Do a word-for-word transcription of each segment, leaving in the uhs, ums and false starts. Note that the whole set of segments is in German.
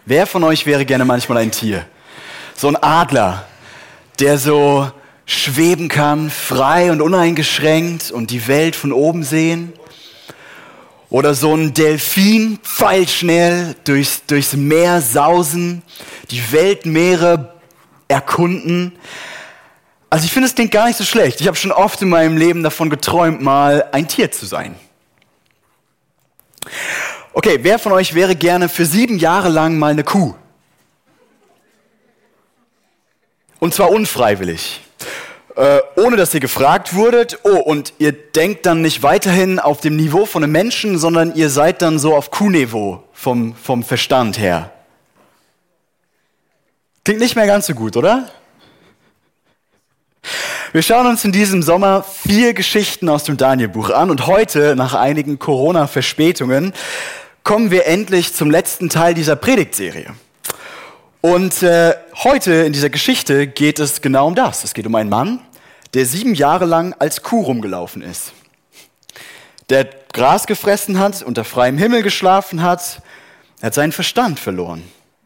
Wer von euch wäre gerne manchmal ein Tier? So ein Adler, der so schweben kann, frei und uneingeschränkt und die Welt von oben sehen? Oder so ein Delfin, pfeilschnell durchs, durchs Meer sausen, die Weltmeere erkunden? Also ich finde, es klingt gar nicht so schlecht. Ich habe schon oft in meinem Leben davon geträumt, mal ein Tier zu sein. Okay, wer von euch wäre gerne für sieben Jahre lang mal eine Kuh? Und zwar unfreiwillig. Äh, ohne dass ihr gefragt wurdet. Oh, und ihr denkt dann nicht weiterhin auf dem Niveau von einem Menschen, sondern ihr seid dann so auf Kuhniveau vom, vom Verstand her. Klingt nicht mehr ganz so gut, oder? Wir schauen uns in diesem Sommer vier Geschichten aus dem Daniel-Buch an und heute, nach einigen Corona-Verspätungen, kommen wir endlich zum letzten Teil dieser Predigtserie. Und äh, heute in dieser Geschichte geht es genau um das. Es geht um einen Mann, der sieben Jahre lang als Kuh rumgelaufen ist. Der Gras gefressen hat, unter freiem Himmel geschlafen hat. Er hat seinen Verstand verloren.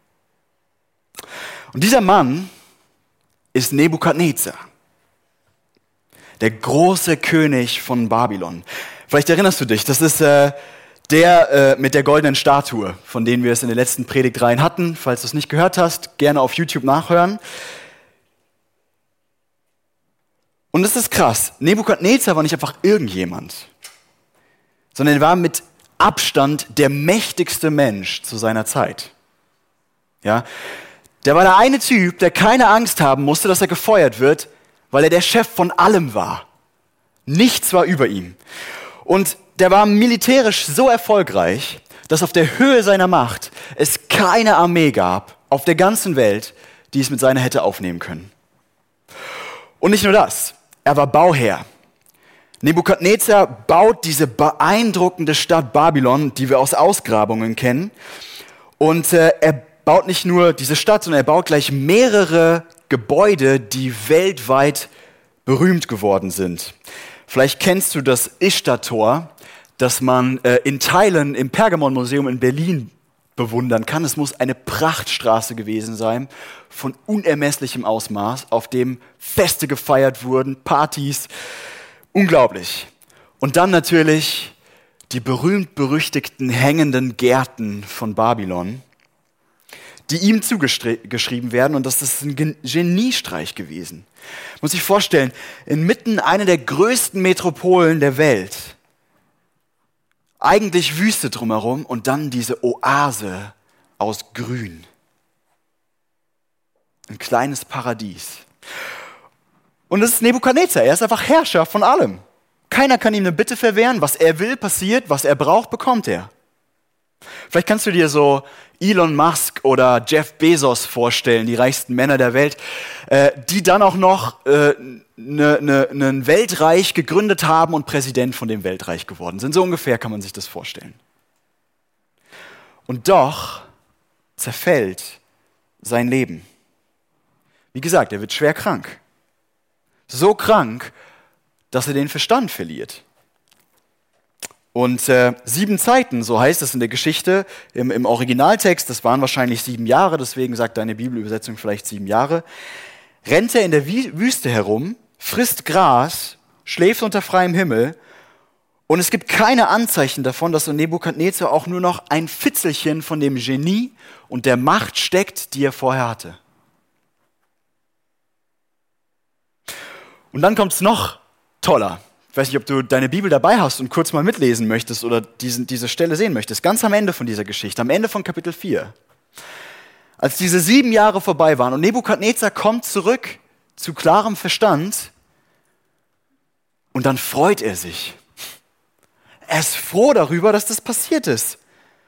Und dieser Mann ist Nebukadnezar, der große König von Babylon. Vielleicht erinnerst du dich, das ist äh, der äh, mit der goldenen Statue, von denen wir es in den letzten Predigtreihen hatten. Falls du es nicht gehört hast, gerne auf YouTube nachhören. Und es ist krass, Nebukadnezar war nicht einfach irgendjemand, sondern er war mit Abstand der mächtigste Mensch zu seiner Zeit. Ja? Der war der eine Typ, der keine Angst haben musste, dass er gefeuert wird, weil er der Chef von allem war. Nichts war über ihm. Und der war militärisch so erfolgreich, dass auf der Höhe seiner Macht es keine Armee gab auf der ganzen Welt, die es mit seiner hätte aufnehmen können. Und nicht nur das, er war Bauherr. Nebukadnezar baut diese beeindruckende Stadt Babylon, die wir aus Ausgrabungen kennen. Und äh, er baut nicht nur diese Stadt, sondern er baut gleich mehrere Gebäude, die weltweit berühmt geworden sind. Vielleicht kennst du das Ishtar-Tor, das man äh, in Teilen im Pergamon-Museum in Berlin bewundern kann. Es muss eine Prachtstraße gewesen sein, von unermesslichem Ausmaß, auf dem Feste gefeiert wurden, Partys. Unglaublich. Und dann natürlich die berühmt-berüchtigten hängenden Gärten von Babylon, die ihm zugeschrieben werden. Und das ist ein Geniestreich gewesen. Muss ich vorstellen, inmitten einer der größten Metropolen der Welt, eigentlich Wüste drumherum und dann diese Oase aus Grün. Ein kleines Paradies. Und das ist Nebukadnezar, er ist einfach Herrscher von allem. Keiner kann ihm eine Bitte verwehren, was er will passiert, was er braucht, bekommt er. Vielleicht kannst du dir so Elon Musk oder Jeff Bezos vorstellen, die reichsten Männer der Welt, äh, die dann auch noch äh, ne, ne, ein Weltreich gegründet haben und Präsident von dem Weltreich geworden sind. So ungefähr kann man sich das vorstellen. Und doch zerfällt sein Leben. Wie gesagt, er wird schwer krank. So krank, dass er den Verstand verliert. Und äh, sieben Zeiten, so heißt es in der Geschichte, im, im Originaltext, das waren wahrscheinlich sieben Jahre, deswegen sagt deine Bibelübersetzung vielleicht sieben Jahre, rennt er in der Wüste herum, frisst Gras, schläft unter freiem Himmel und es gibt keine Anzeichen davon, dass so Nebukadnezar auch nur noch ein Fitzelchen von dem Genie und der Macht steckt, die er vorher hatte. Und dann kommt es noch toller. Ich weiß nicht, ob du deine Bibel dabei hast und kurz mal mitlesen möchtest oder diesen, diese Stelle sehen möchtest. Ganz am Ende von dieser Geschichte, am Ende von Kapitel vier. Als diese sieben Jahre vorbei waren und Nebukadnezar kommt zurück zu klarem Verstand und dann freut er sich. Er ist froh darüber, dass das passiert ist.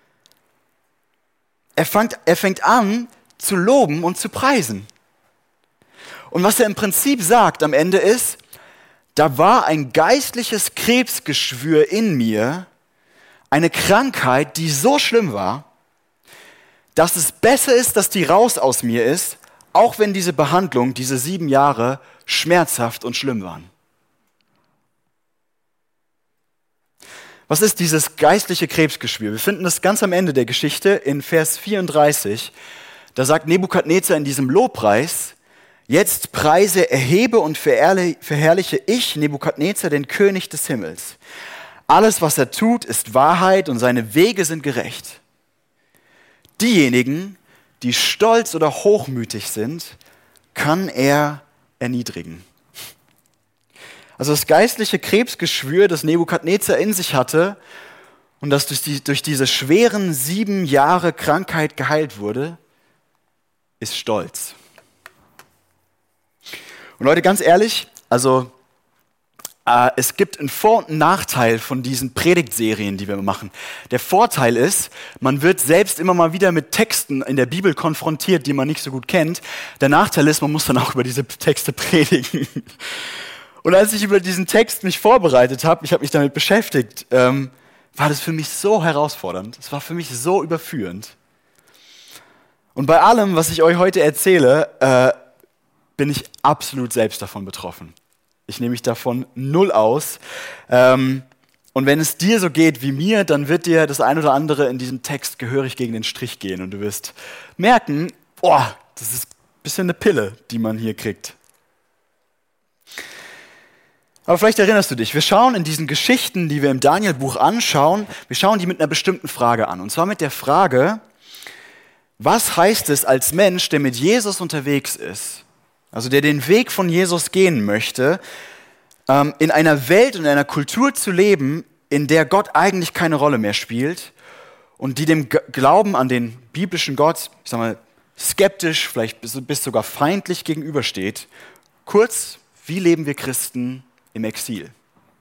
Er fängt, er fängt an zu loben und zu preisen. Und was er im Prinzip sagt am Ende ist, da war ein geistliches Krebsgeschwür in mir, eine Krankheit, die so schlimm war, dass es besser ist, dass die raus aus mir ist, auch wenn diese Behandlung, diese sieben Jahre schmerzhaft und schlimm waren. Was ist dieses geistliche Krebsgeschwür? Wir finden es ganz am Ende der Geschichte in Vers vierunddreißig. Da sagt Nebukadnezar in diesem Lobpreis: Jetzt preise, erhebe und verherrliche ich, Nebukadnezar, den König des Himmels. Alles, was er tut, ist Wahrheit und seine Wege sind gerecht. Diejenigen, die stolz oder hochmütig sind, kann er erniedrigen. Also das geistliche Krebsgeschwür, das Nebukadnezar in sich hatte und das durch, die, durch diese schweren sieben Jahre Krankheit geheilt wurde, ist Stolz. Und Leute, ganz ehrlich, also äh, es gibt einen Vor- und Nachteil von diesen Predigtserien, die wir machen. Der Vorteil ist, man wird selbst immer mal wieder mit Texten in der Bibel konfrontiert, die man nicht so gut kennt. Der Nachteil ist, man muss dann auch über diese Texte predigen. Und als ich über diesen Text mich vorbereitet habe, ich habe mich damit beschäftigt, ähm, war das für mich so herausfordernd. Es war für mich so überführend. Und bei allem, was ich euch heute erzähle, äh, bin ich absolut selbst davon betroffen. Ich nehme mich davon null aus. Ähm, und wenn es dir so geht wie mir, dann wird dir das ein oder andere in diesem Text gehörig gegen den Strich gehen. Und du wirst merken, boah, das ist ein bisschen eine Pille, die man hier kriegt. Aber vielleicht erinnerst du dich, wir schauen in diesen Geschichten, die wir im Daniel-Buch anschauen, wir schauen die mit einer bestimmten Frage an. Und zwar mit der Frage: Was heißt es als Mensch, der mit Jesus unterwegs ist, also der den Weg von Jesus gehen möchte, in einer Welt und in einer Kultur zu leben, in der Gott eigentlich keine Rolle mehr spielt und die dem Glauben an den biblischen Gott, ich sag mal, skeptisch, vielleicht bis sogar feindlich gegenübersteht. Kurz, wie leben wir Christen im Exil?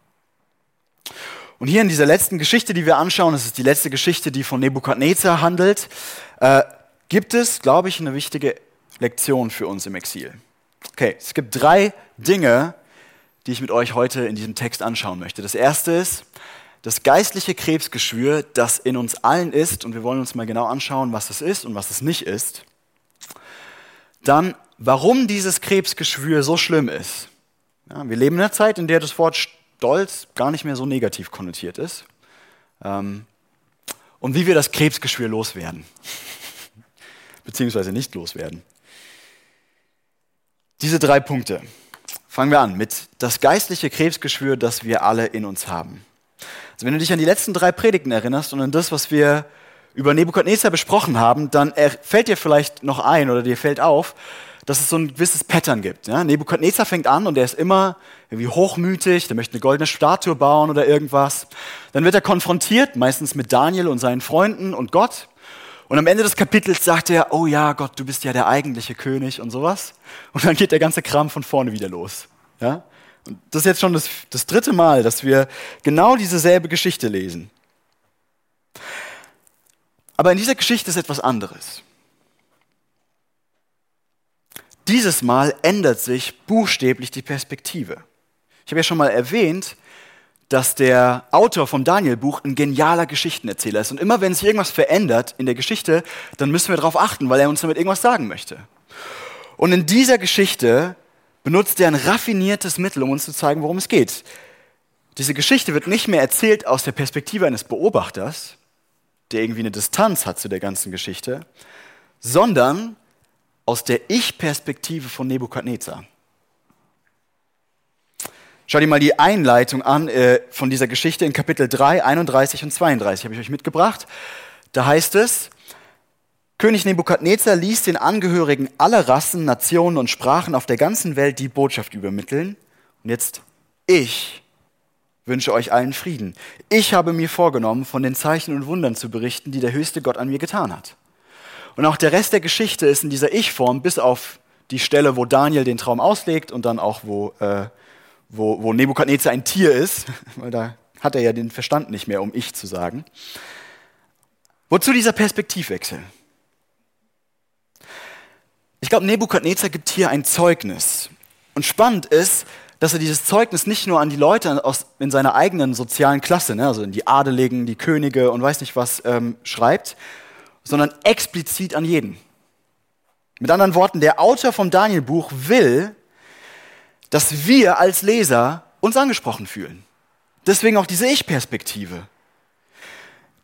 Und hier in dieser letzten Geschichte, die wir anschauen, das ist die letzte Geschichte, die von Nebukadnezar handelt, äh, gibt es, glaube ich, eine wichtige Lektion für uns im Exil. Okay, es gibt drei Dinge, die ich mit euch heute in diesem Text anschauen möchte. Das erste ist das geistliche Krebsgeschwür, das in uns allen ist, und wir wollen uns mal genau anschauen, was es ist und was es nicht ist. Dann, warum dieses Krebsgeschwür so schlimm ist. Ja, wir leben in einer Zeit, in der das Wort Stolz gar nicht mehr so negativ konnotiert ist. Ähm, und wie wir das Krebsgeschwür loswerden. Beziehungsweise nicht loswerden. Diese drei Punkte. Fangen wir an mit das geistliche Krebsgeschwür, das wir alle in uns haben. Also wenn du dich an die letzten drei Predigten erinnerst und an das, was wir über Nebukadnezar besprochen haben, dann fällt dir vielleicht noch ein oder dir fällt auf, dass es so ein gewisses Pattern gibt. Ja? Nebukadnezar fängt an und er ist immer irgendwie hochmütig, der möchte eine goldene Statue bauen oder irgendwas. Dann wird er konfrontiert, meistens mit Daniel und seinen Freunden und Gott. Und am Ende des Kapitels sagt er: Oh ja, Gott, du bist ja der eigentliche König und sowas. Und dann geht der ganze Kram von vorne wieder los. Ja? Und das ist jetzt schon das, das dritte Mal, dass wir genau dieselbe Geschichte lesen. Aber in dieser Geschichte ist etwas anderes. Dieses Mal ändert sich buchstäblich die Perspektive. Ich habe ja schon mal erwähnt, dass der Autor vom Daniel-Buch ein genialer Geschichtenerzähler ist. Und immer wenn sich irgendwas verändert in der Geschichte, dann müssen wir darauf achten, weil er uns damit irgendwas sagen möchte. Und in dieser Geschichte benutzt er ein raffiniertes Mittel, um uns zu zeigen, worum es geht. Diese Geschichte wird nicht mehr erzählt aus der Perspektive eines Beobachters, der irgendwie eine Distanz hat zu der ganzen Geschichte, sondern aus der Ich-Perspektive von Nebukadnezar. Schau dir mal die Einleitung an äh, von dieser Geschichte in Kapitel drei, einunddreißig und zweiunddreißig, habe ich euch mitgebracht. Da heißt es: König Nebukadnezar ließ den Angehörigen aller Rassen, Nationen und Sprachen auf der ganzen Welt die Botschaft übermitteln. Und jetzt: Ich wünsche euch allen Frieden. Ich habe mir vorgenommen, von den Zeichen und Wundern zu berichten, die der höchste Gott an mir getan hat. Und auch der Rest der Geschichte ist in dieser Ich-Form, bis auf die Stelle, wo Daniel den Traum auslegt und dann auch, wo, äh, wo, wo Nebukadnezar ein Tier ist, weil da hat er ja den Verstand nicht mehr, um Ich zu sagen. Wozu dieser Perspektivwechsel? Ich glaube, Nebukadnezar gibt hier ein Zeugnis. Und spannend ist, dass er dieses Zeugnis nicht nur an die Leute aus, in seiner eigenen sozialen Klasse, ne, also in die Adeligen, die Könige und weiß nicht was, ähm, schreibt, sondern explizit an jeden. Mit anderen Worten, der Autor vom Daniel-Buch will, dass wir als Leser uns angesprochen fühlen. Deswegen auch diese Ich-Perspektive.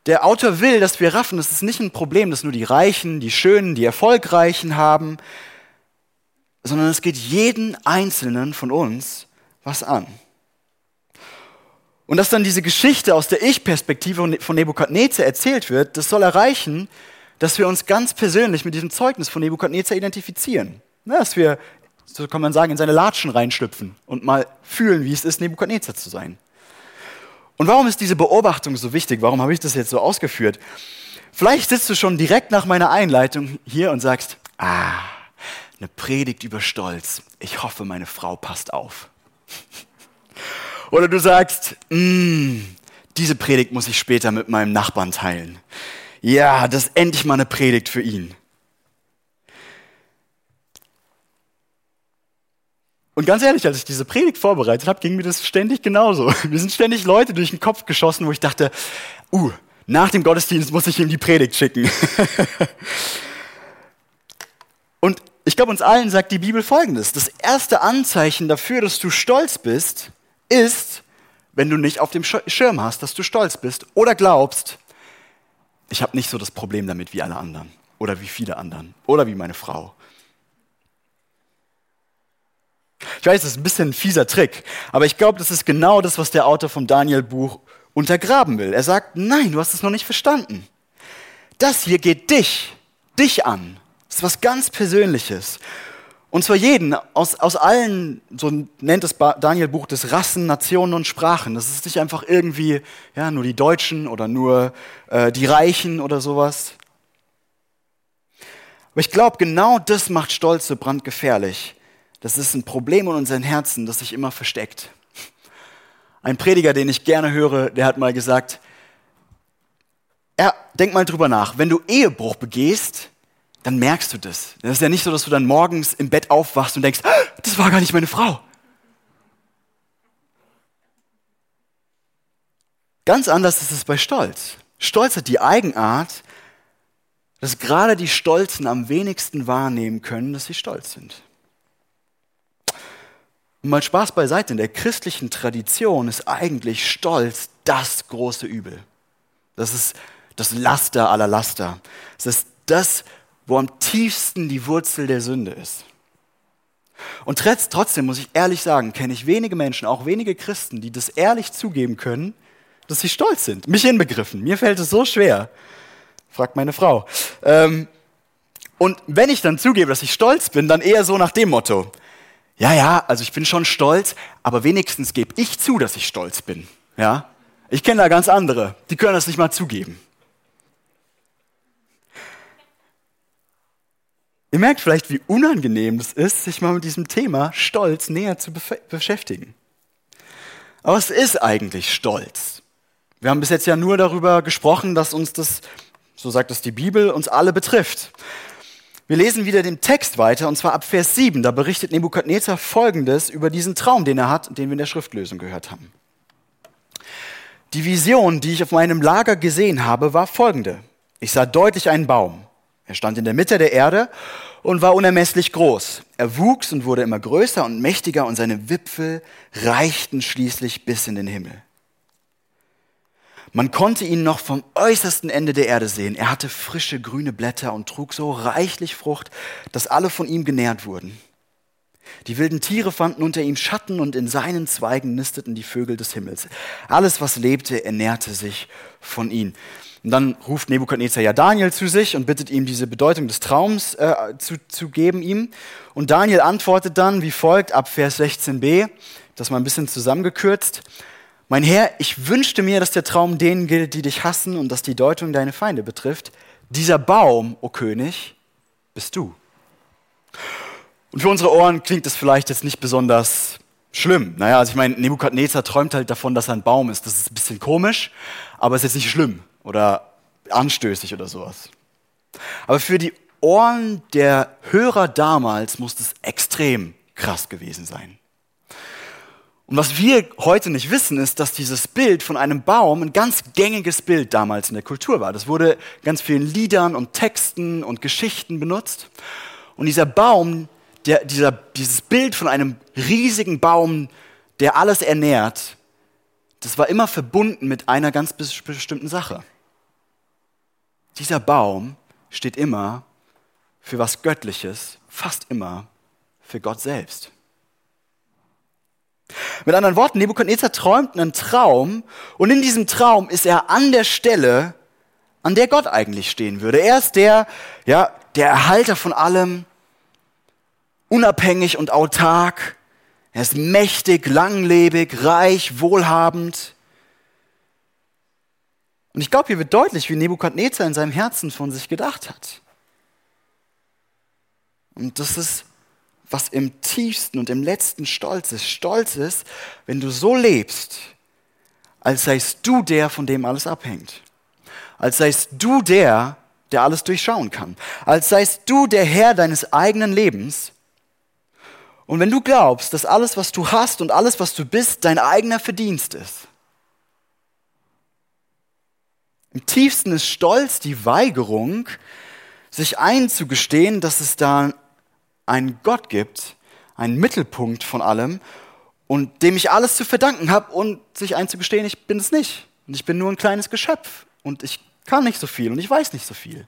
Der Autor will, dass wir raffen, es ist nicht ein Problem, dass nur die Reichen, die Schönen, die Erfolgreichen haben, sondern es geht jeden Einzelnen von uns was an. Und dass dann diese Geschichte aus der Ich-Perspektive von Nebukadnezar erzählt wird, das soll erreichen, dass wir uns ganz persönlich mit diesem Zeugnis von Nebukadnezar identifizieren. Dass wir, so kann man sagen, in seine Latschen reinschlüpfen und mal fühlen, wie es ist, Nebukadnezar zu sein. Und warum ist diese Beobachtung so wichtig? Warum habe ich das jetzt so ausgeführt? Vielleicht sitzt du schon direkt nach meiner Einleitung hier und sagst, ah, eine Predigt über Stolz. Ich hoffe, meine Frau passt auf. Oder du sagst, diese Predigt muss ich später mit meinem Nachbarn teilen. Ja, das ist endlich mal eine Predigt für ihn. Und ganz ehrlich, als ich diese Predigt vorbereitet habe, ging mir das ständig genauso. Mir sind ständig Leute durch den Kopf geschossen, wo ich dachte, uh, nach dem Gottesdienst muss ich ihm die Predigt schicken. Und ich glaube, uns allen sagt die Bibel Folgendes. Das erste Anzeichen dafür, dass du stolz bist, ist, wenn du nicht auf dem Schirm hast, dass du stolz bist oder glaubst, ich habe nicht so das Problem damit wie alle anderen oder wie viele anderen oder wie meine Frau. Ich weiß, das ist ein bisschen ein fieser Trick, aber ich glaube, das ist genau das, was der Autor vom Daniel-Buch untergraben will. Er sagt, nein, du hast es noch nicht verstanden. Das hier geht dich, dich an. Das ist was ganz Persönliches. Und zwar jeden, aus, aus allen, so nennt das Daniel-Buch, des Rassen, Nationen und Sprachen. Das ist nicht einfach irgendwie, ja, nur die Deutschen oder nur äh, die Reichen oder sowas. Aber ich glaube, genau das macht Stolz so brandgefährlich. Das ist ein Problem in unseren Herzen, das sich immer versteckt. Ein Prediger, den ich gerne höre, der hat mal gesagt, ja, denk mal drüber nach, wenn du Ehebruch begehst, dann merkst du das. Das ist ja nicht so, dass du dann morgens im Bett aufwachst und denkst, das war gar nicht meine Frau. Ganz anders ist es bei Stolz. Stolz hat die Eigenart, dass gerade die Stolzen am wenigsten wahrnehmen können, dass sie stolz sind. Und mal Spaß beiseite, in der christlichen Tradition ist eigentlich Stolz das große Übel. Das ist das Laster aller Laster. Das ist das, wo am tiefsten die Wurzel der Sünde ist. Und trotzdem muss ich ehrlich sagen, kenne ich wenige Menschen, auch wenige Christen, die das ehrlich zugeben können, dass sie stolz sind. Mich inbegriffen. Mir fällt es so schwer. Fragt meine Frau. Ähm, und wenn ich dann zugebe, dass ich stolz bin, dann eher so nach dem Motto, ja, ja, also ich bin schon stolz, aber wenigstens gebe ich zu, dass ich stolz bin. Ja? Ich kenne da ganz andere, die können das nicht mal zugeben. Ihr merkt vielleicht, wie unangenehm es ist, sich mal mit diesem Thema Stolz näher zu bef- beschäftigen. Aber was ist eigentlich Stolz? Wir haben bis jetzt ja nur darüber gesprochen, dass uns das, so sagt es die Bibel, uns alle betrifft. Wir lesen wieder den Text weiter, und zwar ab Vers sieben. Da berichtet Nebukadnezar Folgendes über diesen Traum, den er hat, den wir in der Schriftlösung gehört haben. Die Vision, die ich auf meinem Lager gesehen habe, war folgende. Ich sah deutlich einen Baum. Er stand in der Mitte der Erde und war unermesslich groß. Er wuchs und wurde immer größer und mächtiger und seine Wipfel reichten schließlich bis in den Himmel. Man konnte ihn noch vom äußersten Ende der Erde sehen. Er hatte frische grüne Blätter und trug so reichlich Frucht, dass alle von ihm genährt wurden. Die wilden Tiere fanden unter ihm Schatten und in seinen Zweigen nisteten die Vögel des Himmels. Alles, was lebte, ernährte sich von ihm. Und dann ruft Nebukadnezar ja Daniel zu sich und bittet ihm, diese Bedeutung des Traums äh, zu, zu geben ihm. Und Daniel antwortet dann wie folgt, ab Vers sechzehn b, das mal ein bisschen zusammengekürzt. Mein Herr, ich wünschte mir, dass der Traum denen gilt, die dich hassen und dass die Deutung deine Feinde betrifft. Dieser Baum, o König, bist du. Und für unsere Ohren klingt das vielleicht jetzt nicht besonders schlimm. Naja, also ich meine, Nebukadnezar träumt halt davon, dass er ein Baum ist. Das ist ein bisschen komisch, aber ist jetzt nicht schlimm oder anstößig oder sowas. Aber für die Ohren der Hörer damals muss das extrem krass gewesen sein. Und was wir heute nicht wissen, ist, dass dieses Bild von einem Baum ein ganz gängiges Bild damals in der Kultur war. Das wurde in ganz vielen Liedern und Texten und Geschichten benutzt. Und dieser Baum, der, dieser, dieses Bild von einem riesigen Baum, der alles ernährt, das war immer verbunden mit einer ganz bestimmten Sache. dieser Baum steht immer für was Göttliches, fast immer für Gott selbst. Mit anderen Worten, Nebukadnezar träumt einen Traum und in diesem Traum ist er an der Stelle, an der Gott eigentlich stehen würde. Er ist der, ja, der Erhalter von allem, unabhängig und autark. Er ist mächtig, langlebig, reich, wohlhabend. Und ich glaube, hier wird deutlich, wie Nebukadnezar in seinem Herzen von sich gedacht hat. Und das ist, was im tiefsten und im letzten Stolz ist. Stolz ist, wenn du so lebst, als seist du der, von dem alles abhängt. Als seist du der, der alles durchschauen kann. Als seist du der Herr deines eigenen Lebens. Und wenn du glaubst, dass alles, was du hast und alles, was du bist, dein eigener Verdienst ist. Im tiefsten ist Stolz die Weigerung, sich einzugestehen, dass es da einen Gott gibt, einen Mittelpunkt von allem und dem ich alles zu verdanken habe und sich einzugestehen, ich bin es nicht. Und ich bin nur ein kleines Geschöpf und ich kann nicht so viel und ich weiß nicht so viel.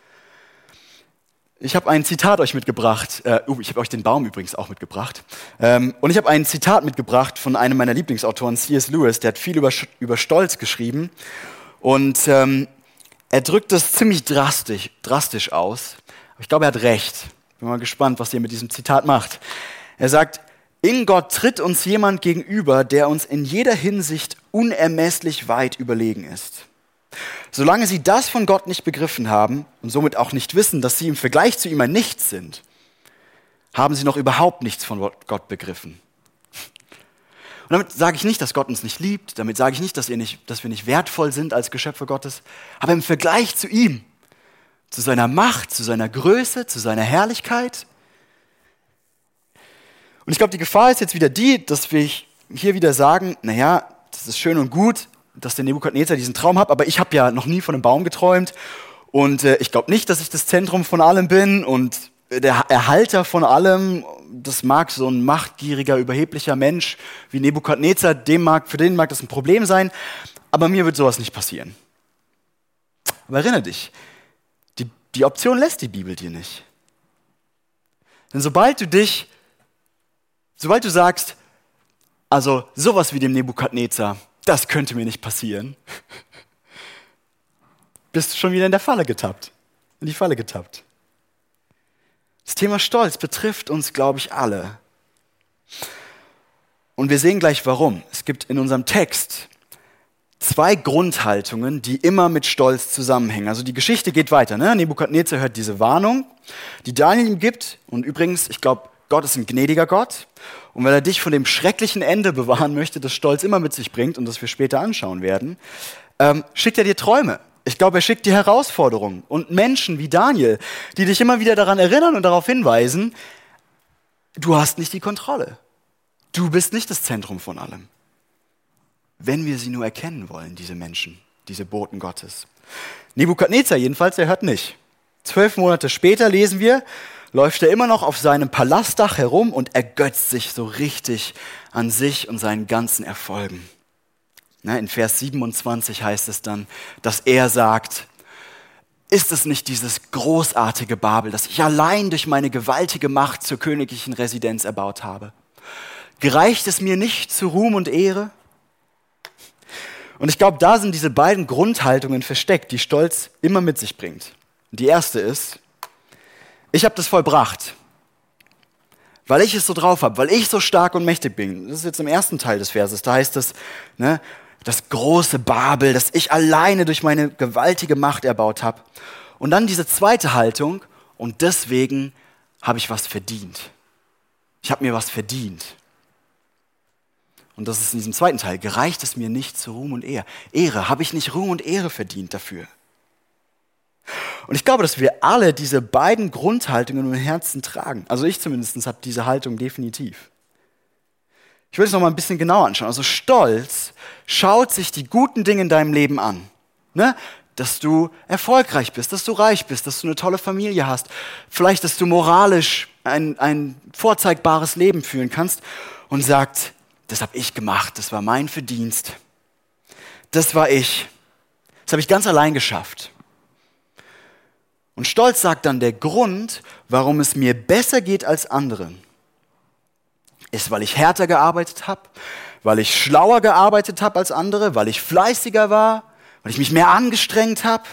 Ich habe ein Zitat euch mitgebracht, äh, uh, ich habe euch den Baum übrigens auch mitgebracht, ähm, und ich habe ein Zitat mitgebracht von einem meiner Lieblingsautoren, C S Lewis, der hat viel über, über Stolz geschrieben und ähm, er drückt das ziemlich drastisch, drastisch aus, aber ich glaube, er hat recht. Bin mal gespannt, was ihr mit diesem Zitat macht. Er sagt, in Gott tritt uns jemand gegenüber, der uns in jeder Hinsicht unermesslich weit überlegen ist. Solange sie das von Gott nicht begriffen haben und somit auch nicht wissen, dass sie im Vergleich zu ihm ein Nichts sind, haben sie noch überhaupt nichts von Gott begriffen. Und damit sage ich nicht, dass Gott uns nicht liebt, damit sage ich nicht, dass, ihr nicht, dass wir nicht wertvoll sind als Geschöpfe Gottes, aber im Vergleich zu ihm, zu seiner Macht, zu seiner Größe, zu seiner Herrlichkeit. Und ich glaube, die Gefahr ist jetzt wieder die, dass wir hier wieder sagen, naja, das ist schön und gut, dass der Nebukadnezar diesen Traum hat, aber ich habe ja noch nie von einem Baum geträumt und äh, ich glaube nicht, dass ich das Zentrum von allem bin und der Erhalter von allem, das mag so ein machtgieriger, überheblicher Mensch wie Nebukadnezar, dem mag, für den mag das ein Problem sein, aber mir wird sowas nicht passieren. Aber erinnere dich, die, die Option lässt die Bibel dir nicht. Denn sobald du dich, sobald du sagst, also sowas wie dem Nebukadnezar, das könnte mir nicht passieren, bist du schon wieder in der Falle getappt, in die Falle getappt. Das Thema Stolz betrifft uns, glaube ich, alle. Und wir sehen gleich warum. Es gibt in unserem Text zwei Grundhaltungen, die immer mit Stolz zusammenhängen. Also die Geschichte geht weiter. Ne? Nebukadnezar hört diese Warnung, die Daniel ihm gibt. Und übrigens, ich glaube, Gott ist ein gnädiger Gott. Und weil er dich von dem schrecklichen Ende bewahren möchte, das Stolz immer mit sich bringt und das wir später anschauen werden, ähm, schickt er dir Träume. Ich glaube, er schickt dir Herausforderungen und Menschen wie Daniel, die dich immer wieder daran erinnern und darauf hinweisen, du hast nicht die Kontrolle. Du bist nicht das Zentrum von allem. Wenn wir sie nur erkennen wollen, diese Menschen, diese Boten Gottes. Nebukadnezar jedenfalls, der hört nicht. Zwölf Monate später lesen wir, läuft er immer noch auf seinem Palastdach herum und ergötzt sich so richtig an sich und seinen ganzen Erfolgen. In Vers siebenundzwanzig heißt es dann, dass er sagt, ist es nicht dieses großartige Babel, das ich allein durch meine gewaltige Macht zur königlichen Residenz erbaut habe? Gereicht es mir nicht zu Ruhm und Ehre? Und ich glaube, da sind diese beiden Grundhaltungen versteckt, die Stolz immer mit sich bringt. Die erste ist, ich habe das vollbracht, weil ich es so drauf habe, weil ich so stark und mächtig bin. Das ist jetzt im ersten Teil des Verses, da heißt es, ne, das große Babel, das ich alleine durch meine gewaltige Macht erbaut habe. Und dann diese zweite Haltung, und deswegen habe ich was verdient. Ich habe mir was verdient. Und das ist in diesem zweiten Teil, gereicht es mir nicht zu Ruhm und Ehre. Ehre, habe ich nicht Ruhm und Ehre verdient dafür? Und ich glaube, dass wir alle diese beiden Grundhaltungen im Herzen tragen. Also ich zumindest habe diese Haltung definitiv. Ich will es noch mal ein bisschen genauer anschauen. Also Stolz schaut sich die guten Dinge in deinem Leben an. Ne? Dass du erfolgreich bist, dass du reich bist, dass du eine tolle Familie hast. Vielleicht, dass du moralisch ein, ein vorzeigbares Leben führen kannst und sagt, das habe ich gemacht, das war mein Verdienst. Das war ich. Das habe ich ganz allein geschafft. Und Stolz sagt dann, der Grund, warum es mir besser geht als anderen, ist, weil ich härter gearbeitet habe, weil ich schlauer gearbeitet habe als andere, weil ich fleißiger war, weil ich mich mehr angestrengt habe.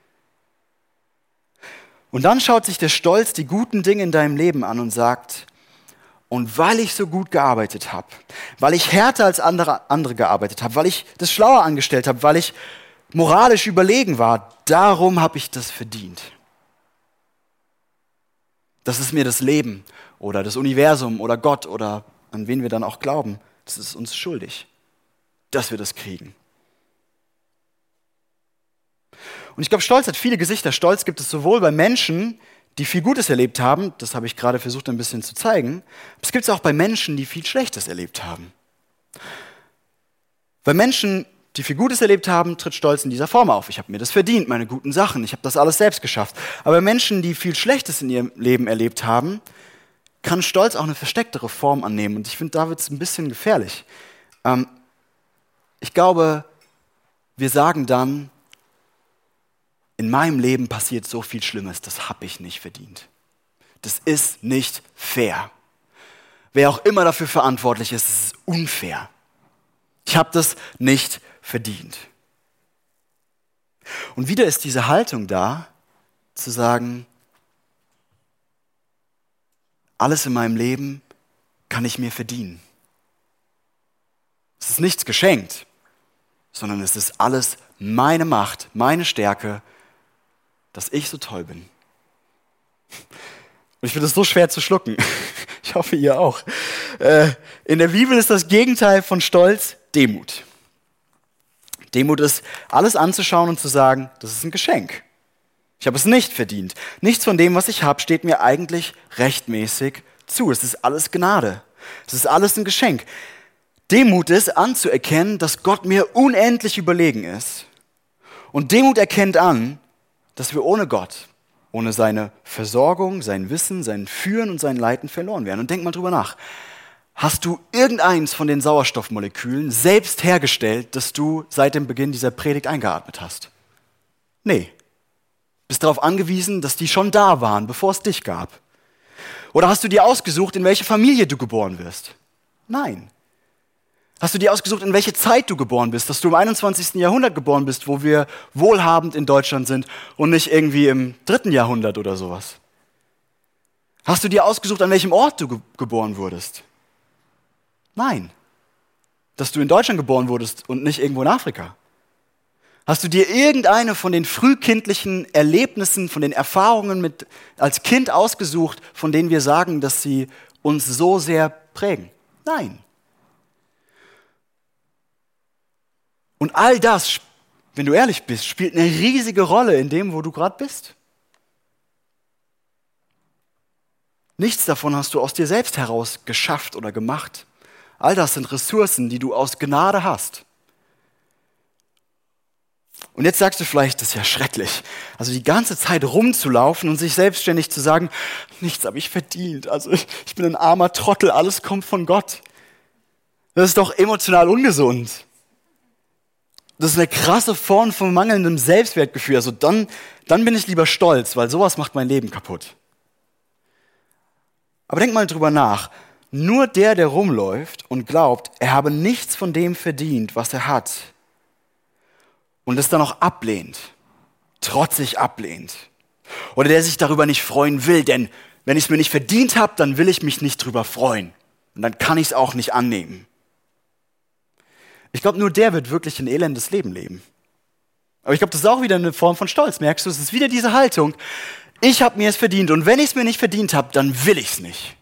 Und dann schaut sich der Stolz die guten Dinge in deinem Leben an und sagt, und weil ich so gut gearbeitet habe, weil ich härter als andere, andere gearbeitet habe, weil ich das schlauer angestellt habe, weil ich moralisch überlegen war, darum habe ich das verdient. Das ist mir das Leben oder das Universum oder Gott oder an wen wir dann auch glauben. Das ist uns schuldig, dass wir das kriegen. Und ich glaube, Stolz hat viele Gesichter. Stolz gibt es sowohl bei Menschen, die viel Gutes erlebt haben, das habe ich gerade versucht ein bisschen zu zeigen, aber es gibt es auch bei Menschen, die viel Schlechtes erlebt haben. Bei Menschen, die viel Gutes erlebt haben, tritt Stolz in dieser Form auf. Ich habe mir das verdient, meine guten Sachen, ich habe das alles selbst geschafft. Aber Menschen, die viel Schlechtes in ihrem Leben erlebt haben, kann Stolz auch eine verstecktere Form annehmen. Und ich finde, da wird es ein bisschen gefährlich. Ähm, ich glaube, wir sagen dann, in meinem Leben passiert so viel Schlimmes, das habe ich nicht verdient. Das ist nicht fair. Wer auch immer dafür verantwortlich ist, es ist unfair. Ich habe das nicht verdient. Und wieder ist diese Haltung da, zu sagen, alles in meinem Leben kann ich mir verdienen. Es ist nichts geschenkt, sondern es ist alles meine Macht, meine Stärke, dass ich so toll bin. Und ich finde es so schwer zu schlucken. Ich hoffe, ihr auch. In der Bibel ist das Gegenteil von Stolz Demut. Demut ist, alles anzuschauen und zu sagen, das ist ein Geschenk. Ich habe es nicht verdient. Nichts von dem, was ich habe, steht mir eigentlich rechtmäßig zu. Es ist alles Gnade. Es ist alles ein Geschenk. Demut ist, anzuerkennen, dass Gott mir unendlich überlegen ist. Und Demut erkennt an, dass wir ohne Gott, ohne seine Versorgung, sein Wissen, sein Führen und sein Leiten verloren wären. Und denk mal drüber nach. Hast du irgendeins von den Sauerstoffmolekülen selbst hergestellt, das du seit dem Beginn dieser Predigt eingeatmet hast? Nee. Bist darauf angewiesen, dass die schon da waren, bevor es dich gab? Oder hast du dir ausgesucht, in welche Familie du geboren wirst? Nein. Hast du dir ausgesucht, in welche Zeit du geboren bist, dass du im einundzwanzigsten Jahrhundert geboren bist, wo wir wohlhabend in Deutschland sind und nicht irgendwie im dritten Jahrhundert oder sowas? Hast du dir ausgesucht, an welchem Ort du ge- geboren wurdest? Nein. Dass du in Deutschland geboren wurdest und nicht irgendwo in Afrika? Hast du dir irgendeine von den frühkindlichen Erlebnissen, von den Erfahrungen mit, als Kind ausgesucht, von denen wir sagen, dass sie uns so sehr prägen? Nein. Und all das, wenn du ehrlich bist, spielt eine riesige Rolle in dem, wo du gerade bist. Nichts davon hast du aus dir selbst heraus geschafft oder gemacht. All das sind Ressourcen, die du aus Gnade hast. Und jetzt sagst du vielleicht, das ist ja schrecklich. Also die ganze Zeit rumzulaufen und sich selbstständig zu sagen, nichts habe ich verdient. Also ich bin ein armer Trottel, alles kommt von Gott. Das ist doch emotional ungesund. Das ist eine krasse Form von mangelndem Selbstwertgefühl. Also dann, dann bin ich lieber stolz, weil sowas macht mein Leben kaputt. Aber denk mal drüber nach. Nur der, der rumläuft und glaubt, er habe nichts von dem verdient, was er hat, und es dann auch ablehnt, trotzig ablehnt, oder der sich darüber nicht freuen will, denn wenn ich es mir nicht verdient habe, dann will ich mich nicht drüber freuen. Und dann kann ich es auch nicht annehmen. Ich glaube, nur der wird wirklich ein elendes Leben leben. Aber ich glaube, das ist auch wieder eine Form von Stolz. Merkst du, es ist wieder diese Haltung, ich habe mir es verdient und wenn ich es mir nicht verdient habe, dann will ich es nicht.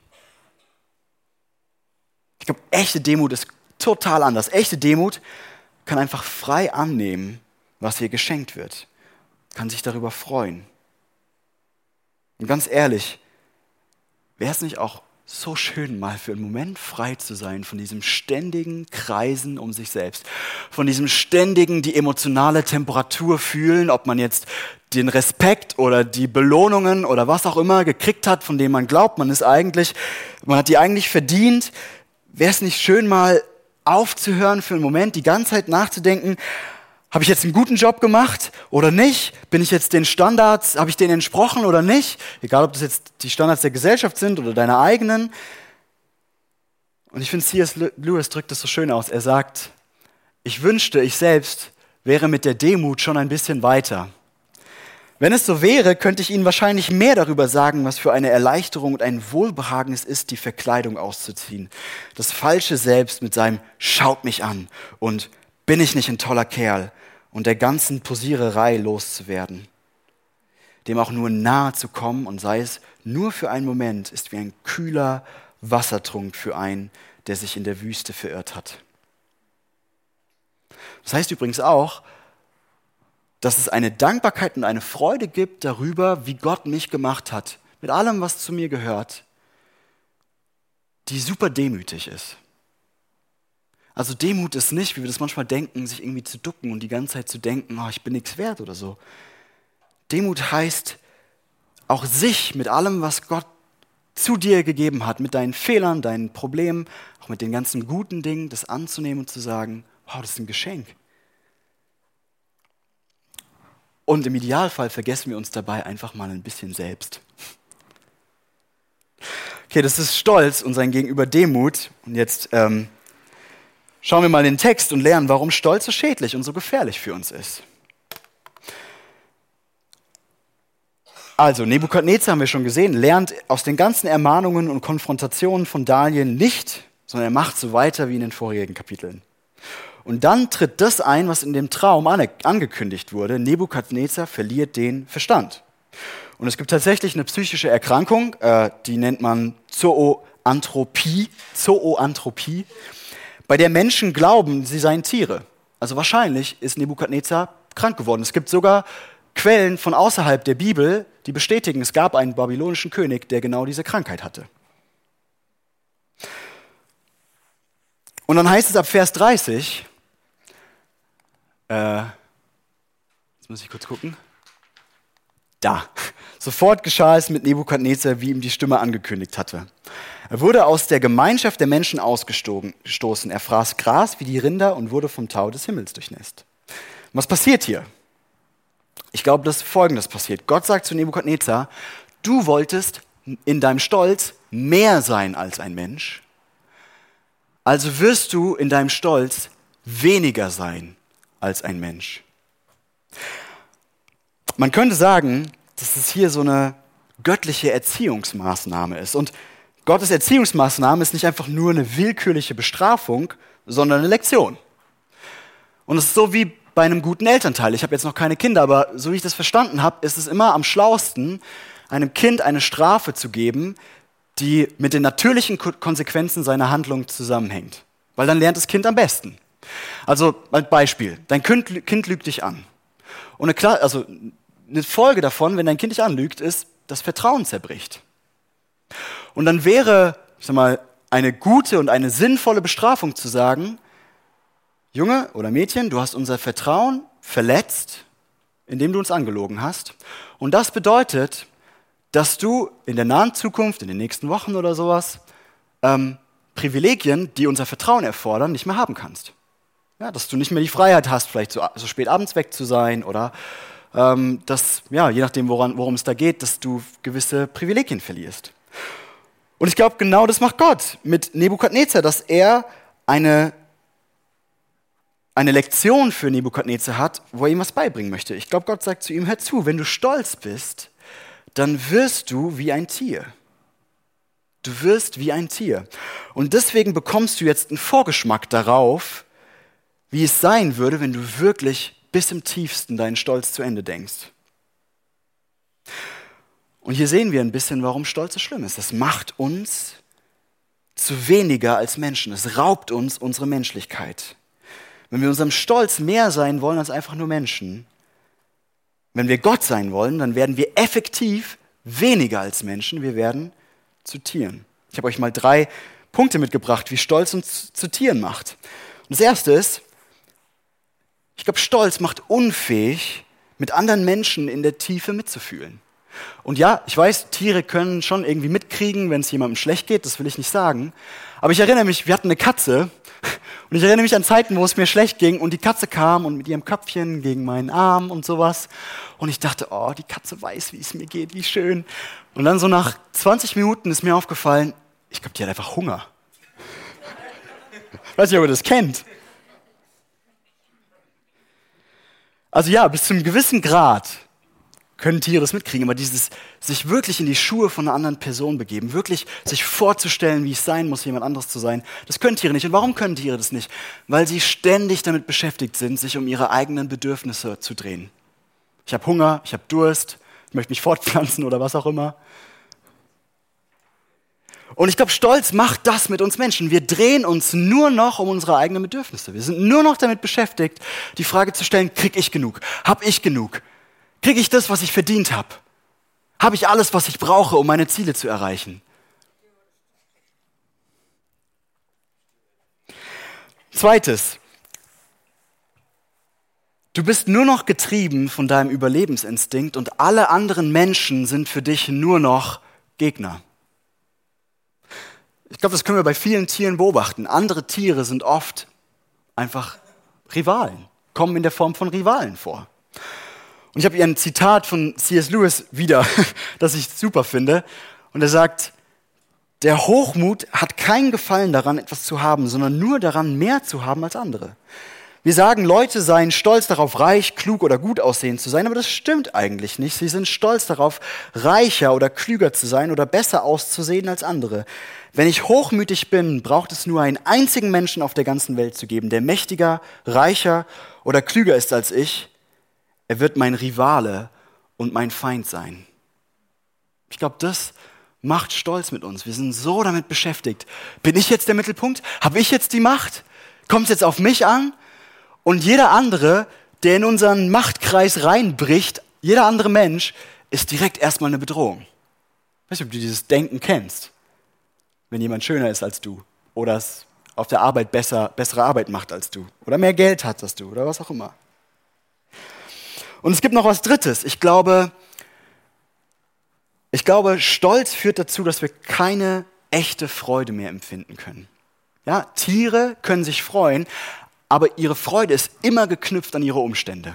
Ich glaube, echte Demut ist total anders. Echte Demut kann einfach frei annehmen, was ihr geschenkt wird. Kann sich darüber freuen. Und ganz ehrlich, wäre es nicht auch so schön, mal für einen Moment frei zu sein von diesem ständigen Kreisen um sich selbst, von diesem ständigen, die emotionale Temperatur fühlen, ob man jetzt den Respekt oder die Belohnungen oder was auch immer gekriegt hat, von dem man glaubt, man ist eigentlich, man hat die eigentlich verdient. Wäre es nicht schön, mal aufzuhören für einen Moment, die ganze Zeit nachzudenken, Habe ich jetzt einen guten Job gemacht oder nicht? Bin ich jetzt den Standards, habe ich denen entsprochen oder nicht? Egal, ob das jetzt die Standards der Gesellschaft sind oder deine eigenen. Und ich finde, C S. Lewis drückt das so schön aus. Er sagt, ich wünschte, ich selbst wäre mit der Demut schon ein bisschen weiter. Wenn es so wäre, könnte ich Ihnen wahrscheinlich mehr darüber sagen, was für eine Erleichterung und ein Wohlbehagen es ist, die Verkleidung auszuziehen. Das falsche Selbst mit seinem Schaut mich an und bin ich nicht ein toller Kerl und der ganzen Posiererei loszuwerden. Dem auch nur nahe zu kommen und sei es nur für einen Moment, ist wie ein kühler Wassertrunk für einen, der sich in der Wüste verirrt hat. Das heißt übrigens auch, dass es eine Dankbarkeit und eine Freude gibt darüber, wie Gott mich gemacht hat, mit allem, was zu mir gehört, die super demütig ist. Also Demut ist nicht, wie wir das manchmal denken, sich irgendwie zu ducken und die ganze Zeit zu denken, oh, ich bin nichts wert oder so. Demut heißt, auch sich mit allem, was Gott zu dir gegeben hat, mit deinen Fehlern, deinen Problemen, auch mit den ganzen guten Dingen, das anzunehmen und zu sagen, wow, das ist ein Geschenk. Und im Idealfall vergessen wir uns dabei einfach mal ein bisschen selbst. Okay, das ist Stolz und sein Gegenüber Demut. Und jetzt ähm, schauen wir mal den Text und lernen, warum Stolz so schädlich und so gefährlich für uns ist. Also, Nebukadnezar, haben wir schon gesehen, lernt aus den ganzen Ermahnungen und Konfrontationen von Daniel nicht, sondern er macht so weiter wie in den vorherigen Kapiteln. Und dann tritt das ein, was in dem Traum angekündigt wurde. Nebukadnezar verliert den Verstand. Und es gibt tatsächlich eine psychische Erkrankung, äh, die nennt man Zoanthropie, Zoanthropie, bei der Menschen glauben, sie seien Tiere. Also wahrscheinlich ist Nebukadnezar krank geworden. Es gibt sogar Quellen von außerhalb der Bibel, die bestätigen, es gab einen babylonischen König, der genau diese Krankheit hatte. Und dann heißt es ab Vers dreißig, äh, jetzt muss ich kurz gucken, da, sofort geschah es mit Nebukadnezar, wie ihm die Stimme angekündigt hatte. Er wurde aus der Gemeinschaft der Menschen ausgestoßen, er fraß Gras wie die Rinder und wurde vom Tau des Himmels durchnässt. Was passiert hier? Ich glaube, dass Folgendes passiert. Gott sagt zu Nebukadnezar, du wolltest in deinem Stolz mehr sein als ein Mensch, also wirst du in deinem Stolz weniger sein als ein Mensch. Man könnte sagen, dass es hier so eine göttliche Erziehungsmaßnahme ist. Und Gottes Erziehungsmaßnahme ist nicht einfach nur eine willkürliche Bestrafung, sondern eine Lektion. Und es ist so wie bei einem guten Elternteil. Ich habe jetzt noch keine Kinder, aber so wie ich das verstanden habe, ist es immer am schlausten, einem Kind eine Strafe zu geben, die mit den natürlichen Konsequenzen seiner Handlung zusammenhängt. Weil dann lernt das Kind am besten. Also, als Beispiel, dein Kind, kind lügt dich an. Und eine, Kla- also eine Folge davon, wenn dein Kind dich anlügt, ist, dass Vertrauen zerbricht. Und dann wäre, ich sag mal, eine gute und eine sinnvolle Bestrafung zu sagen, Junge oder Mädchen, du hast unser Vertrauen verletzt, indem du uns angelogen hast. Und das bedeutet, dass du in der nahen Zukunft, in den nächsten Wochen oder sowas, ähm, Privilegien, die unser Vertrauen erfordern, nicht mehr haben kannst. Ja, dass du nicht mehr die Freiheit hast, vielleicht so, so spät abends weg zu sein oder ähm, dass, ja, je nachdem, woran, worum es da geht, dass du gewisse Privilegien verlierst. Und ich glaube, genau das macht Gott mit Nebukadnezar, dass er eine, eine Lektion für Nebukadnezar hat, wo er ihm was beibringen möchte. Ich glaube, Gott sagt zu ihm, hör zu, wenn du stolz bist, dann wirst du wie ein Tier. Du wirst wie ein Tier. Und deswegen bekommst du jetzt einen Vorgeschmack darauf, wie es sein würde, wenn du wirklich bis im Tiefsten deinen Stolz zu Ende denkst. Und hier sehen wir ein bisschen, warum Stolz so schlimm ist. Es macht uns zu weniger als Menschen. Es raubt uns unsere Menschlichkeit. Wenn wir unserem Stolz mehr sein wollen als einfach nur Menschen, wenn wir Gott sein wollen, dann werden wir effektiv weniger als Menschen. Wir werden zu Tieren. Ich habe euch mal drei Punkte mitgebracht, wie Stolz uns zu Tieren macht. Und das erste ist, ich glaube, Stolz macht unfähig, mit anderen Menschen in der Tiefe mitzufühlen. Und ja, ich weiß, Tiere können schon irgendwie mitkriegen, wenn es jemandem schlecht geht, das will ich nicht sagen. Aber ich erinnere mich, wir hatten eine Katze Und ich erinnere mich an Zeiten, wo es mir schlecht ging und die Katze kam und mit ihrem Köpfchen gegen meinen Arm und sowas. Und ich dachte, oh, die Katze weiß, wie es mir geht, wie schön. Und dann so nach zwanzig Minuten ist mir aufgefallen, ich glaube, die hat einfach Hunger. Ich weiß nicht, ob ihr das kennt. Also ja, bis zu einem gewissen Grad können Tiere das mitkriegen, aber dieses sich wirklich in die Schuhe von einer anderen Person begeben, wirklich sich vorzustellen, wie es sein muss, jemand anderes zu sein, das können Tiere nicht. Und warum können Tiere das nicht? Weil sie ständig damit beschäftigt sind, sich um ihre eigenen Bedürfnisse zu drehen. Ich habe Hunger, ich habe Durst, ich möchte mich fortpflanzen oder was auch immer. Und ich glaube, Stolz macht das mit uns Menschen. Wir drehen uns nur noch um unsere eigenen Bedürfnisse. Wir sind nur noch damit beschäftigt, die Frage zu stellen, krieg ich genug? Hab ich genug? Kriege ich das, was ich verdient habe? Habe ich alles, was ich brauche, um meine Ziele zu erreichen? Zweites. Du bist nur noch getrieben von deinem Überlebensinstinkt und alle anderen Menschen sind für dich nur noch Gegner. Ich glaube, das können wir bei vielen Tieren beobachten. Andere Tiere sind oft einfach Rivalen, kommen in der Form von Rivalen vor. Und ich habe hier ein Zitat von C S Lewis wieder, das ich super finde. Und er sagt, der Hochmut hat keinen Gefallen daran, etwas zu haben, sondern nur daran, mehr zu haben als andere. Wir sagen, Leute seien stolz darauf, reich, klug oder gut aussehend zu sein, aber das stimmt eigentlich nicht. Sie sind stolz darauf, reicher oder klüger zu sein oder besser auszusehen als andere. Wenn ich hochmütig bin, braucht es nur einen einzigen Menschen auf der ganzen Welt zu geben, der mächtiger, reicher oder klüger ist als ich. Er wird mein Rivale und mein Feind sein. Ich glaube, das macht Stolz mit uns. Wir sind so damit beschäftigt. Bin ich jetzt der Mittelpunkt? Habe ich jetzt die Macht? Kommt es jetzt auf mich an? Und jeder andere, der in unseren Machtkreis reinbricht, jeder andere Mensch, ist direkt erstmal eine Bedrohung. Ich weiß nicht, ob du dieses Denken kennst. Wenn jemand schöner ist als du oder es auf der Arbeit besser, bessere Arbeit macht als du oder mehr Geld hat als du oder was auch immer. Und es gibt noch was Drittes. Ich glaube, ich glaube, Stolz führt dazu, dass wir keine echte Freude mehr empfinden können. Ja, Tiere können sich freuen, aber ihre Freude ist immer geknüpft an ihre Umstände.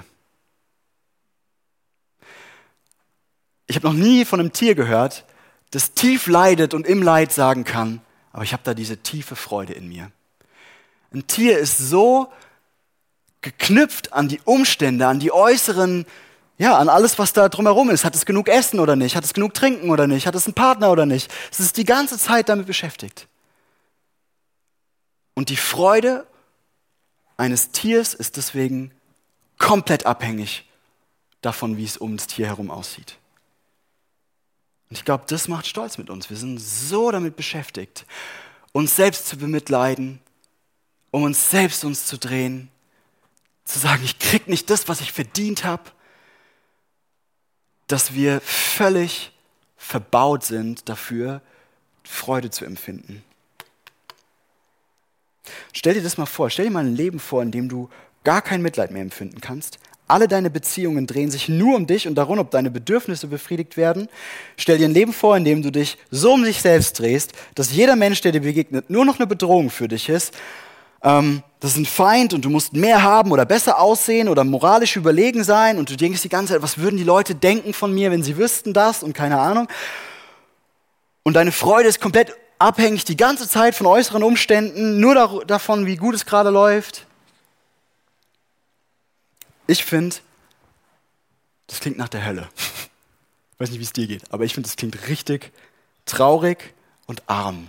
Ich habe noch nie von einem Tier gehört, das tief leidet und im Leid sagen kann, aber ich habe da diese tiefe Freude in mir. Ein Tier ist so geknüpft an die Umstände, an die äußeren, ja, an alles, was da drumherum ist. Hat es genug Essen oder nicht? Hat es genug Trinken oder nicht? Hat es einen Partner oder nicht? Es ist die ganze Zeit damit beschäftigt. Und die Freude eines Tiers ist deswegen komplett abhängig davon, wie es um das Tier herum aussieht. Und ich glaube, das macht Stolz mit uns. Wir sind so damit beschäftigt, uns selbst zu bemitleiden, um uns selbst uns zu drehen, zu sagen, ich krieg nicht das, was ich verdient habe, dass wir völlig verbaut sind dafür, Freude zu empfinden. Stell dir das mal vor, stell dir mal ein Leben vor, in dem du gar kein Mitleid mehr empfinden kannst. Alle deine Beziehungen drehen sich nur um dich und darum, ob deine Bedürfnisse befriedigt werden. Stell dir ein Leben vor, in dem du dich so um dich selbst drehst, dass jeder Mensch, der dir begegnet, nur noch eine Bedrohung für dich ist. Ähm, das ist ein Feind und du musst mehr haben oder besser aussehen oder moralisch überlegen sein und du denkst die ganze Zeit, was würden die Leute denken von mir, wenn sie wüssten das und keine Ahnung. Und deine Freude ist komplett abhängig die ganze Zeit von äußeren Umständen, nur da, davon, wie gut es gerade läuft. Ich finde, das klingt nach der Hölle. Ich weiß nicht, wie es dir geht, aber ich finde, das klingt richtig traurig und arm.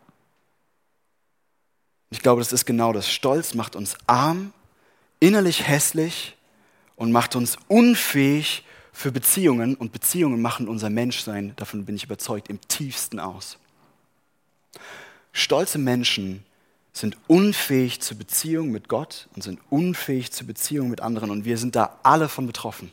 Ich glaube, das ist genau das. Stolz macht uns arm, innerlich hässlich und macht uns unfähig für Beziehungen. Und Beziehungen machen unser Menschsein, davon bin ich überzeugt, im tiefsten aus. Stolze Menschen sind unfähig zur Beziehung mit Gott und sind unfähig zur Beziehung mit anderen. Und wir sind da alle von betroffen.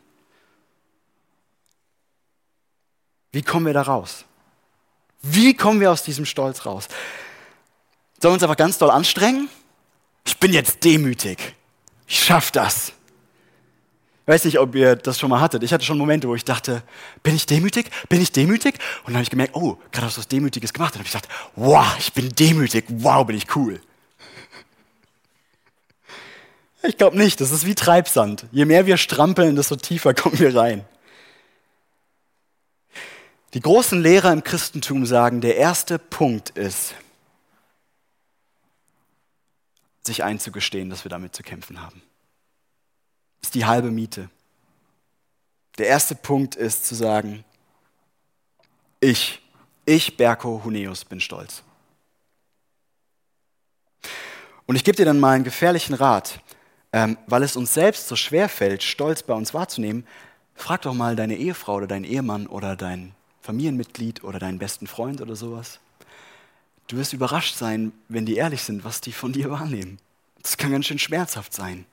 Wie kommen wir da raus? Wie kommen wir aus diesem Stolz raus? Sollen wir uns einfach ganz doll anstrengen? Ich bin jetzt demütig. Ich schaffe das. Ich weiß nicht, ob ihr das schon mal hattet. Ich hatte schon Momente, wo ich dachte, bin ich demütig? Bin ich demütig? Und dann habe ich gemerkt, oh, gerade hast du was Demütiges gemacht. Und dann habe ich gedacht, wow, ich bin demütig. Wow, bin ich cool. Ich glaube nicht, das ist wie Treibsand. Je mehr wir strampeln, desto tiefer kommen wir rein. Die großen Lehrer im Christentum sagen, der erste Punkt ist, sich einzugestehen, dass wir damit zu kämpfen haben. Das ist die halbe Miete. Der erste Punkt ist zu sagen, ich, ich, Berko Huneus, bin stolz. Und ich gebe dir dann mal einen gefährlichen Rat, ähm, weil es uns selbst so schwer fällt, Stolz bei uns wahrzunehmen. Frag doch mal deine Ehefrau oder deinen Ehemann oder dein Familienmitglied oder deinen besten Freund oder sowas. Du wirst überrascht sein, wenn die ehrlich sind, was die von dir wahrnehmen. Das kann ganz schön schmerzhaft sein.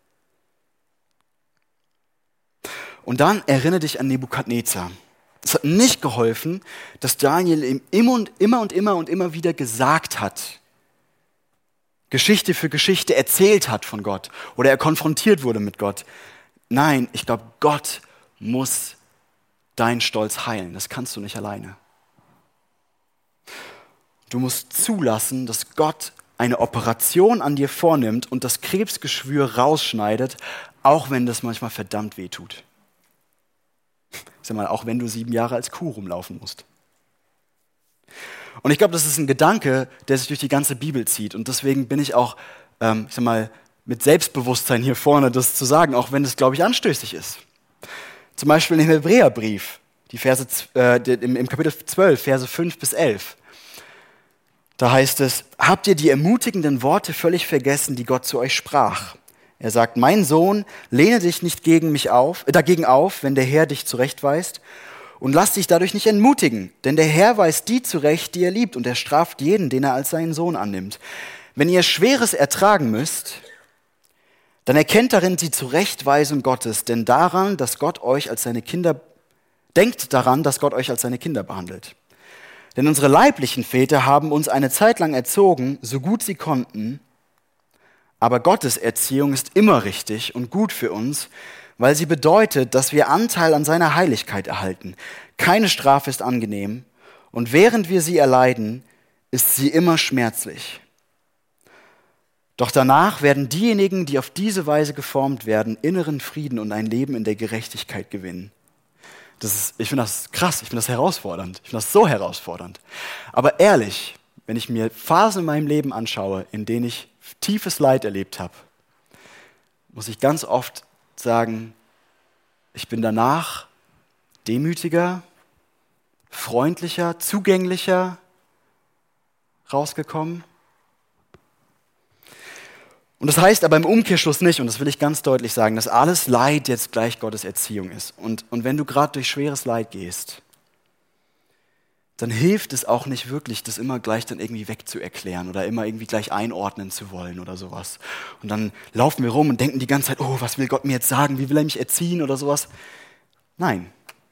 Und dann erinnere dich an Nebukadnezar. Es hat nicht geholfen, dass Daniel ihm immer und immer und immer und immer wieder gesagt hat, Geschichte für Geschichte erzählt hat von Gott oder er konfrontiert wurde mit Gott. Nein, ich glaube, Gott muss deinen Stolz heilen. Das kannst du nicht alleine. Du musst zulassen, dass Gott eine Operation an dir vornimmt und das Krebsgeschwür rausschneidet, auch wenn das manchmal verdammt weh tut. Ich sag mal, auch wenn du sieben Jahre als Kuh rumlaufen musst. Und ich glaube, das ist ein Gedanke, der sich durch die ganze Bibel zieht. Und deswegen bin ich auch, ähm, ich sag mal, mit Selbstbewusstsein hier vorne, das zu sagen, auch wenn es, glaube ich, anstößig ist. Zum Beispiel im Hebräerbrief, die Verse, äh, im, im Kapitel zwölf, Verse fünf bis elf. Da heißt es, habt ihr die ermutigenden Worte völlig vergessen, die Gott zu euch sprach? Er sagt, mein Sohn, lehne dich nicht gegen mich auf, äh, dagegen auf, wenn der Herr dich zurechtweist, und lass dich dadurch nicht entmutigen, denn der Herr weist die zurecht, die er liebt, und er straft jeden, den er als seinen Sohn annimmt. Wenn ihr Schweres ertragen müsst, dann erkennt darin die Zurechtweisung Gottes, denn daran, dass Gott euch als seine Kinder, denkt daran, dass Gott euch als seine Kinder behandelt. Denn unsere leiblichen Väter haben uns eine Zeit lang erzogen, so gut sie konnten, aber Gottes Erziehung ist immer richtig und gut für uns, weil sie bedeutet, dass wir Anteil an seiner Heiligkeit erhalten. Keine Strafe ist angenehm und während wir sie erleiden, ist sie immer schmerzlich. Doch danach werden diejenigen, die auf diese Weise geformt werden, inneren Frieden und ein Leben in der Gerechtigkeit gewinnen. Das ist, ich finde das krass, ich finde das herausfordernd, ich finde das so herausfordernd. Aber ehrlich, wenn ich mir Phasen in meinem Leben anschaue, in denen ich tiefes Leid erlebt habe, muss ich ganz oft sagen, ich bin danach demütiger, freundlicher, zugänglicher rausgekommen. Und das heißt aber im Umkehrschluss nicht, und das will ich ganz deutlich sagen, dass alles Leid jetzt gleich Gottes Erziehung ist. Und, und wenn du gerade durch schweres Leid gehst, dann hilft es auch nicht wirklich, das immer gleich dann irgendwie wegzuerklären oder immer irgendwie gleich einordnen zu wollen oder sowas. Und dann laufen wir rum und denken die ganze Zeit, oh, was will Gott mir jetzt sagen, wie will er mich erziehen oder sowas. Nein.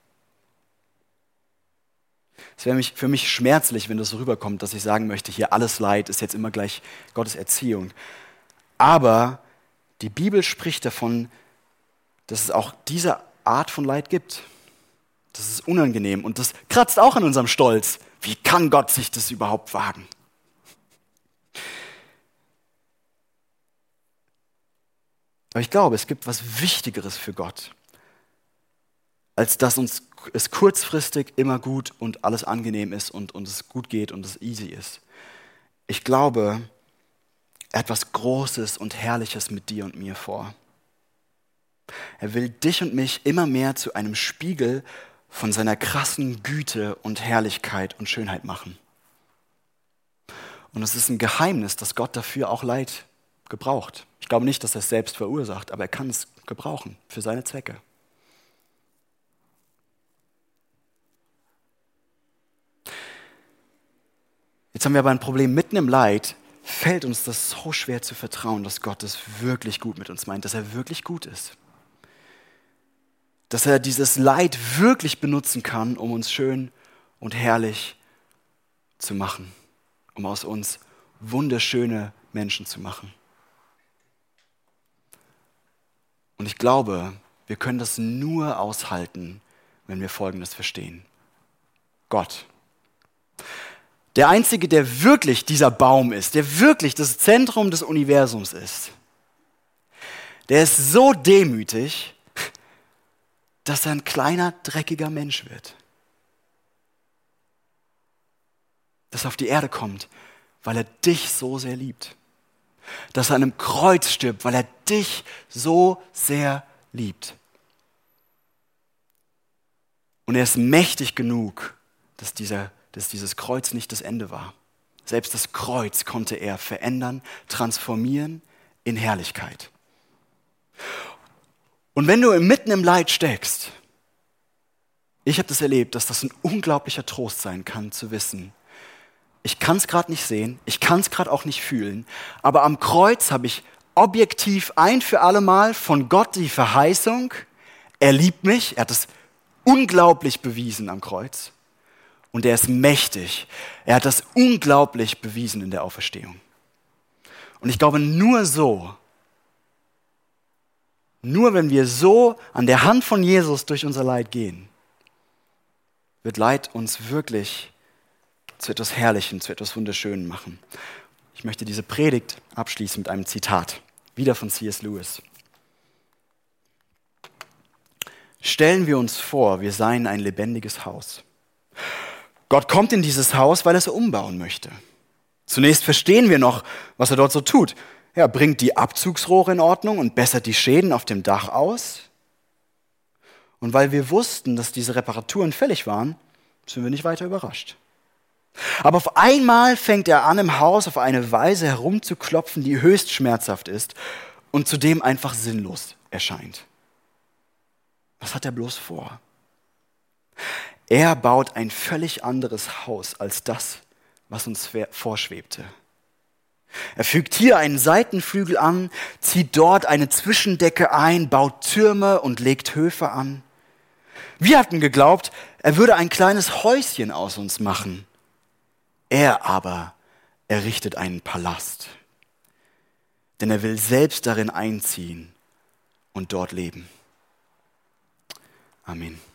Es wäre für mich schmerzlich, wenn das so rüberkommt, dass ich sagen möchte, hier alles Leid ist jetzt immer gleich Gottes Erziehung. Aber die Bibel spricht davon, dass es auch diese Art von Leid gibt. Das ist unangenehm und das kratzt auch an unserem Stolz. Wie kann Gott sich das überhaupt wagen? Aber ich glaube, es gibt was Wichtigeres für Gott, als dass uns es kurzfristig immer gut und alles angenehm ist und, und es gut geht und es easy ist. Ich glaube, er hat was Großes und Herrliches mit dir und mir vor. Er will dich und mich immer mehr zu einem Spiegel von seiner krassen Güte und Herrlichkeit und Schönheit machen. Und es ist ein Geheimnis, dass Gott dafür auch Leid gebraucht. Ich glaube nicht, dass er es selbst verursacht, aber er kann es gebrauchen für seine Zwecke. Jetzt haben wir aber ein Problem. Mitten im Leid fällt uns das so schwer zu vertrauen, dass Gott es wirklich gut mit uns meint, dass er wirklich gut ist. Dass er dieses Leid wirklich benutzen kann, um uns schön und herrlich zu machen, um aus uns wunderschöne Menschen zu machen. Und ich glaube, wir können das nur aushalten, wenn wir Folgendes verstehen. Gott, der Einzige, der wirklich dieser Baum ist, der wirklich das Zentrum des Universums ist, Der ist so demütig, dass er ein kleiner, dreckiger Mensch wird. Dass er auf die Erde kommt, weil er dich so sehr liebt. Dass er an einem Kreuz stirbt, weil er dich so sehr liebt. Und er ist mächtig genug, dass, dieser, dass dieses Kreuz nicht das Ende war. Selbst das Kreuz konnte er verändern, transformieren in Herrlichkeit. Und wenn du mitten im Leid steckst, ich habe das erlebt, dass das ein unglaublicher Trost sein kann, zu wissen, ich kann es gerade nicht sehen, ich kann es gerade auch nicht fühlen, aber am Kreuz habe ich objektiv ein für alle Mal von Gott die Verheißung, er liebt mich, er hat es unglaublich bewiesen am Kreuz und er ist mächtig, er hat das unglaublich bewiesen in der Auferstehung. Und ich glaube, nur so, nur wenn wir so an der Hand von Jesus durch unser Leid gehen, wird Leid uns wirklich zu etwas Herrlichem, zu etwas Wunderschönem machen. Ich möchte diese Predigt abschließen mit einem Zitat, wieder von C S Lewis. Stellen wir uns vor, wir seien ein lebendiges Haus. Gott kommt in dieses Haus, weil er es umbauen möchte. Zunächst verstehen wir noch, was er dort so tut. Er bringt die Abzugsrohre in Ordnung und bessert die Schäden auf dem Dach aus. Und weil wir wussten, dass diese Reparaturen fällig waren, sind wir nicht weiter überrascht. Aber auf einmal fängt er an, im Haus auf eine Weise herumzuklopfen, die höchst schmerzhaft ist und zudem einfach sinnlos erscheint. Was hat er bloß vor? Er baut ein völlig anderes Haus als das, was uns vorschwebte. Er fügt hier einen Seitenflügel an, zieht dort eine Zwischendecke ein, baut Türme und legt Höfe an. Wir hatten geglaubt, er würde ein kleines Häuschen aus uns machen. Er aber errichtet einen Palast, denn er will selbst darin einziehen und dort leben. Amen.